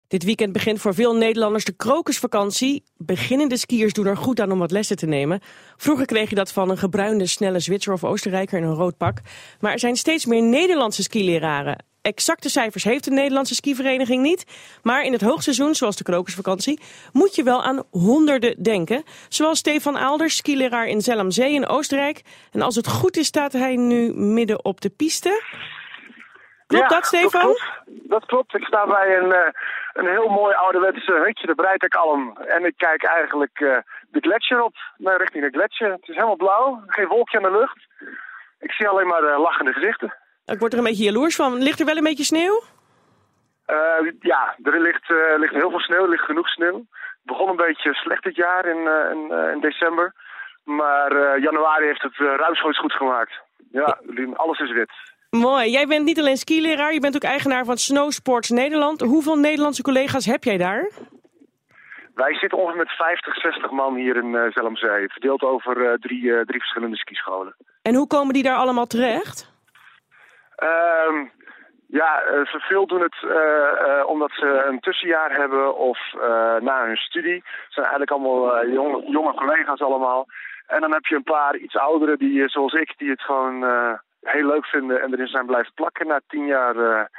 Dit weekend begint voor veel Nederlanders de krokusvakantie. Beginnende skiers doen er goed aan om wat lessen te nemen. Vroeger kreeg je dat van een gebruinde, snelle Zwitser of Oostenrijker in een rood pak. Maar er zijn steeds meer Nederlandse skileraren. Exacte cijfers heeft de Nederlandse skivereniging niet. Maar in het hoogseizoen, zoals de krokusvakantie, moet je wel aan honderden denken. Zoals Stefan Aalders, skileraar in Zellamzee in Oostenrijk. En als het goed is, staat hij nu midden op de piste. Klopt dat, Stefan? Dat klopt. Ik sta bij een heel mooi ouderwetse hutje, de Breitekalm. En ik kijk eigenlijk de gletsjer op, richting de gletsjer. Het is helemaal blauw, geen wolkje aan de lucht. Ik zie alleen maar lachende gezichten. Ik word er een beetje jaloers van. Ligt er wel een beetje sneeuw? Ja, er ligt heel veel sneeuw, er ligt genoeg sneeuw. Het begon een beetje slecht dit jaar in december. Maar januari heeft het ruimschoots goed gemaakt. Ja, alles is wit. Mooi. Jij bent niet alleen skileraar, je bent ook eigenaar van Snowsports Nederland. Hoeveel Nederlandse collega's heb jij daar? Wij zitten ongeveer met 50, 60 man hier in Zellamzee. Verdeeld over drie verschillende skischolen. En hoe komen die daar allemaal terecht? Veel doen het omdat ze een tussenjaar hebben of na hun studie. Het zijn eigenlijk allemaal jonge collega's allemaal. En dan heb je een paar iets ouderen die, zoals ik, die het gewoon heel leuk vinden en erin zijn blijven plakken na 10 jaar.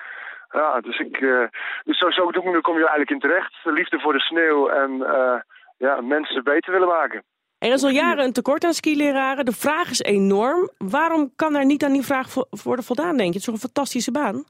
Dus zodoende kom je er eigenlijk in terecht. Liefde voor de sneeuw en mensen beter willen maken. Er is al jaren een tekort aan skileraren. De vraag is enorm. Waarom kan er niet aan die vraag worden voldaan, denk je? Het is toch een fantastische baan?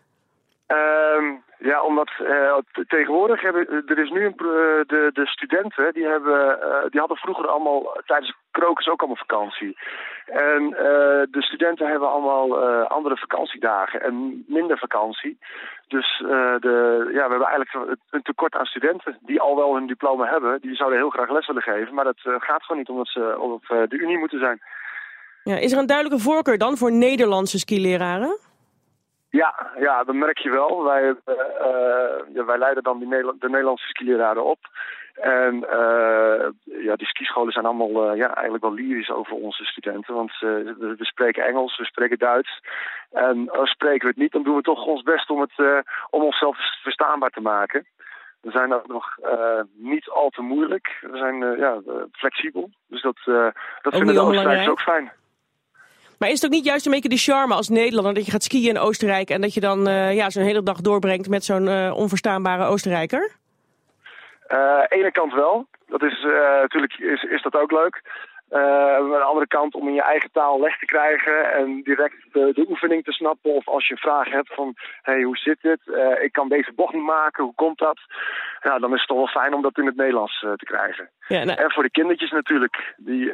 Omdat tegenwoordig er is nu de studenten die hadden vroeger allemaal tijdens krokus ook allemaal vakantie. En de studenten hebben allemaal andere vakantiedagen en minder vakantie. Dus we hebben eigenlijk een tekort aan studenten die al wel hun diploma hebben. Die zouden heel graag les willen geven, maar dat gaat gewoon niet omdat ze op de Unie moeten zijn. Ja, is er een duidelijke voorkeur dan voor Nederlandse skileraren? Ja, dat merk je wel. Wij leiden dan de Nederlandse skileraren op. En die skischolen zijn allemaal eigenlijk wel lyrisch over onze studenten. Want we spreken Engels, we spreken Duits. En spreken we het niet, dan doen we toch ons best om onszelf verstaanbaar te maken. We zijn ook nog niet al te moeilijk. We zijn flexibel. Dus dat vinden de Oostenrijkers ook fijn. Maar is het ook niet juist een beetje de charme als Nederlander dat je gaat skiën in Oostenrijk en dat je dan zo'n hele dag doorbrengt met zo'n onverstaanbare Oostenrijker? Ene kant wel. Dat is natuurlijk is dat ook leuk. Aan de andere kant om in je eigen taal les te krijgen en direct de oefening te snappen. Of als je een vraag hebt van, hoe zit dit? Ik kan deze bocht niet maken, hoe komt dat? Ja, dan is het toch wel fijn om dat in het Nederlands te krijgen. Ja, nou. En voor de kindertjes natuurlijk.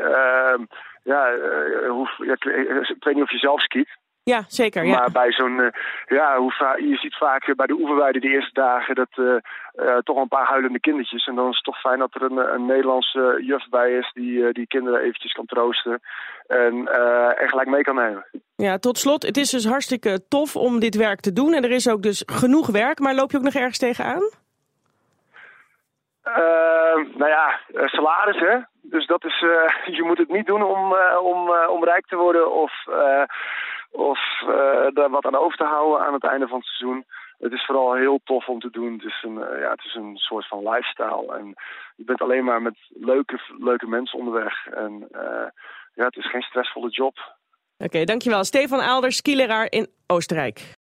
Ik weet niet of je zelf skiet. Ja, zeker. Ja. Maar bij zo'n, je ziet vaak bij de oefenweide de eerste dagen dat toch wel een paar huilende kindertjes. En dan is het toch fijn dat er een Nederlandse juf bij is die kinderen eventjes kan troosten en gelijk mee kan nemen. Ja, tot slot, het is dus hartstikke tof om dit werk te doen. En er is ook dus genoeg werk, maar loop je ook nog ergens tegenaan? Salaris, hè. Dus dat is, je moet het niet doen om rijk te worden of daar wat aan over te houden aan het einde van het seizoen. Het is vooral heel tof om te doen. Het is een soort van lifestyle. En je bent alleen maar met leuke mensen onderweg. En het is geen stressvolle job. Oké, dankjewel. Stefan Aalders, skileraar in Oostenrijk.